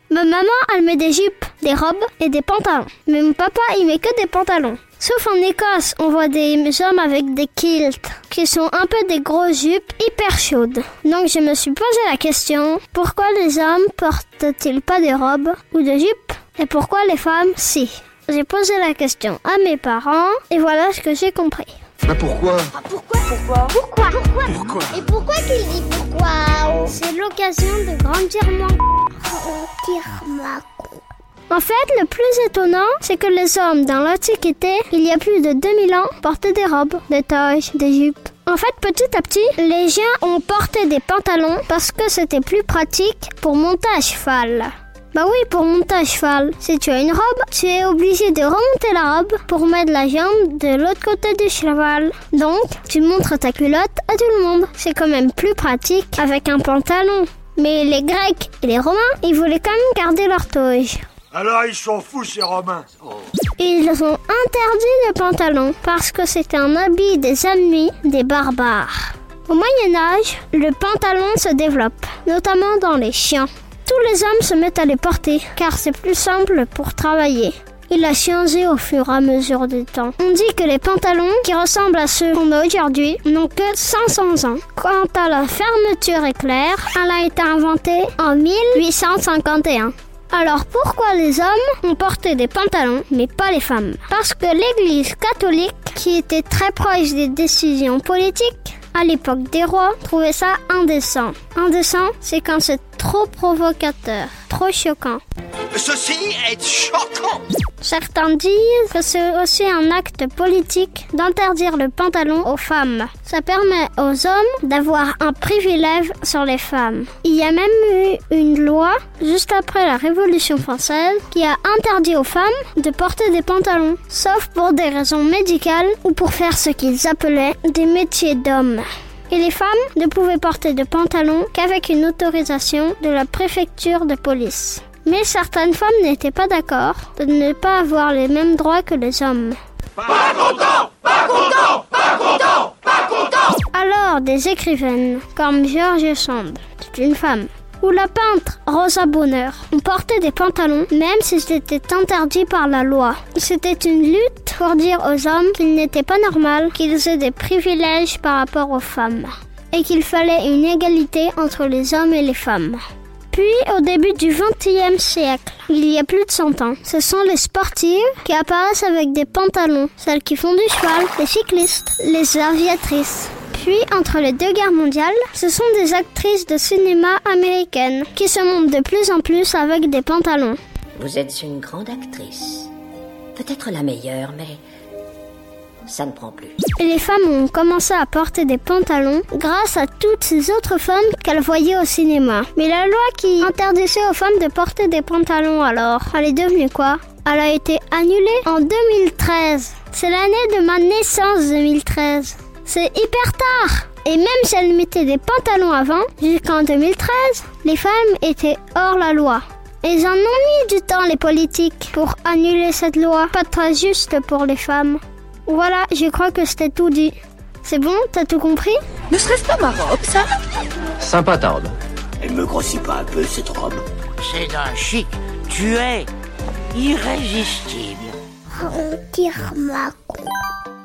Ma maman, elle met des jupes, des robes et des pantalons. Mais mon papa, il met que des pantalons. Sauf en Écosse, on voit des hommes avec des kilts, qui sont un peu des grosses jupes hyper chaudes. Donc je me suis posé la question, pourquoi les hommes portent-ils pas de robes ou de jupes? Et pourquoi les femmes, si? J'ai posé la question à mes parents, et voilà ce que j'ai compris. Mais pourquoi? Pourquoi? Et pourquoi qu'il dit pourquoi? C'est l'occasion de grandir En fait, le plus étonnant, c'est que les hommes dans l'Antiquité, il y a plus de 2000 ans, portaient des robes, des toges, des jupes. En fait, petit à petit, les gens ont porté des pantalons parce que c'était plus pratique pour monter à cheval. Bah oui, pour monter à cheval, si tu as une robe, tu es obligé de remonter la robe pour mettre la jambe de l'autre côté du cheval. Donc, tu montres ta culotte à tout le monde. C'est quand même plus pratique avec un pantalon. Mais les Grecs et les Romains, ils voulaient quand même garder leur toge. Alors ils sont fous ces Romains. Ils ont interdit le pantalon parce que c'était un habit des ennemis des barbares. Au Moyen-Âge, le pantalon se développe, notamment dans les champs. Tous les hommes se mettent à les porter car c'est plus simple pour travailler. Il a changé au fur et à mesure du temps. On dit que les pantalons qui ressemblent à ceux qu'on a aujourd'hui n'ont que 500 ans. Quant à la fermeture éclair, elle a été inventée en 1851. Alors pourquoi les hommes ont porté des pantalons mais pas les femmes? Parce que l'Église catholique, qui était très proche des décisions politiques à l'époque des rois, trouvait ça indécent. Indécent, c'est quand c'est trop provocateur, trop choquant. Ceci est choquant. Certains disent que c'est aussi un acte politique d'interdire le pantalon aux femmes. Ça permet aux hommes d'avoir un privilège sur les femmes. Il y a même eu une loi, juste après la Révolution française, qui a interdit aux femmes de porter des pantalons, sauf pour des raisons médicales ou pour faire ce qu'ils appelaient des métiers d'hommes. Et les femmes ne pouvaient porter de pantalons qu'avec une autorisation de la préfecture de police. Mais certaines femmes n'étaient pas d'accord de ne pas avoir les mêmes droits que les hommes. Pas content. Alors, des écrivaines comme George Sand, c'est une femme, ou la peintre Rosa Bonheur, ont porté des pantalons même si c'était interdit par la loi. C'était une lutte pour dire aux hommes qu'il n'était pas normal qu'ils aient des privilèges par rapport aux femmes et qu'il fallait une égalité entre les hommes et les femmes. Puis, au début du XXe siècle, il y a plus de 100 ans, ce sont les sportives qui apparaissent avec des pantalons, celles qui font du cheval, les cyclistes, les aviatrices. Puis, entre les deux guerres mondiales, ce sont des actrices de cinéma américaines qui se montrent de plus en plus avec des pantalons. Vous êtes une grande actrice. Peut-être la meilleure, mais ça ne prend plus. Et les femmes ont commencé à porter des pantalons grâce à toutes ces autres femmes qu'elles voyaient au cinéma. Mais la loi qui interdisait aux femmes de porter des pantalons alors, elle est devenue quoi? Elle a été annulée en 2013. C'est l'année de ma naissance 2013. C'est hyper tard. Et même si elles mettaient des pantalons avant, jusqu'en 2013, les femmes étaient hors la loi. Ils en ont mis du temps les politiques pour annuler cette loi, pas très juste pour les femmes. Voilà, je crois que c'était tout dit. C'est bon, t'as tout compris? Ne serait-ce pas ma robe, ça? Sympa ta robe. Elle me grossit pas un peu cette robe? C'est d'un chic. Tu es irrésistible. Tire ma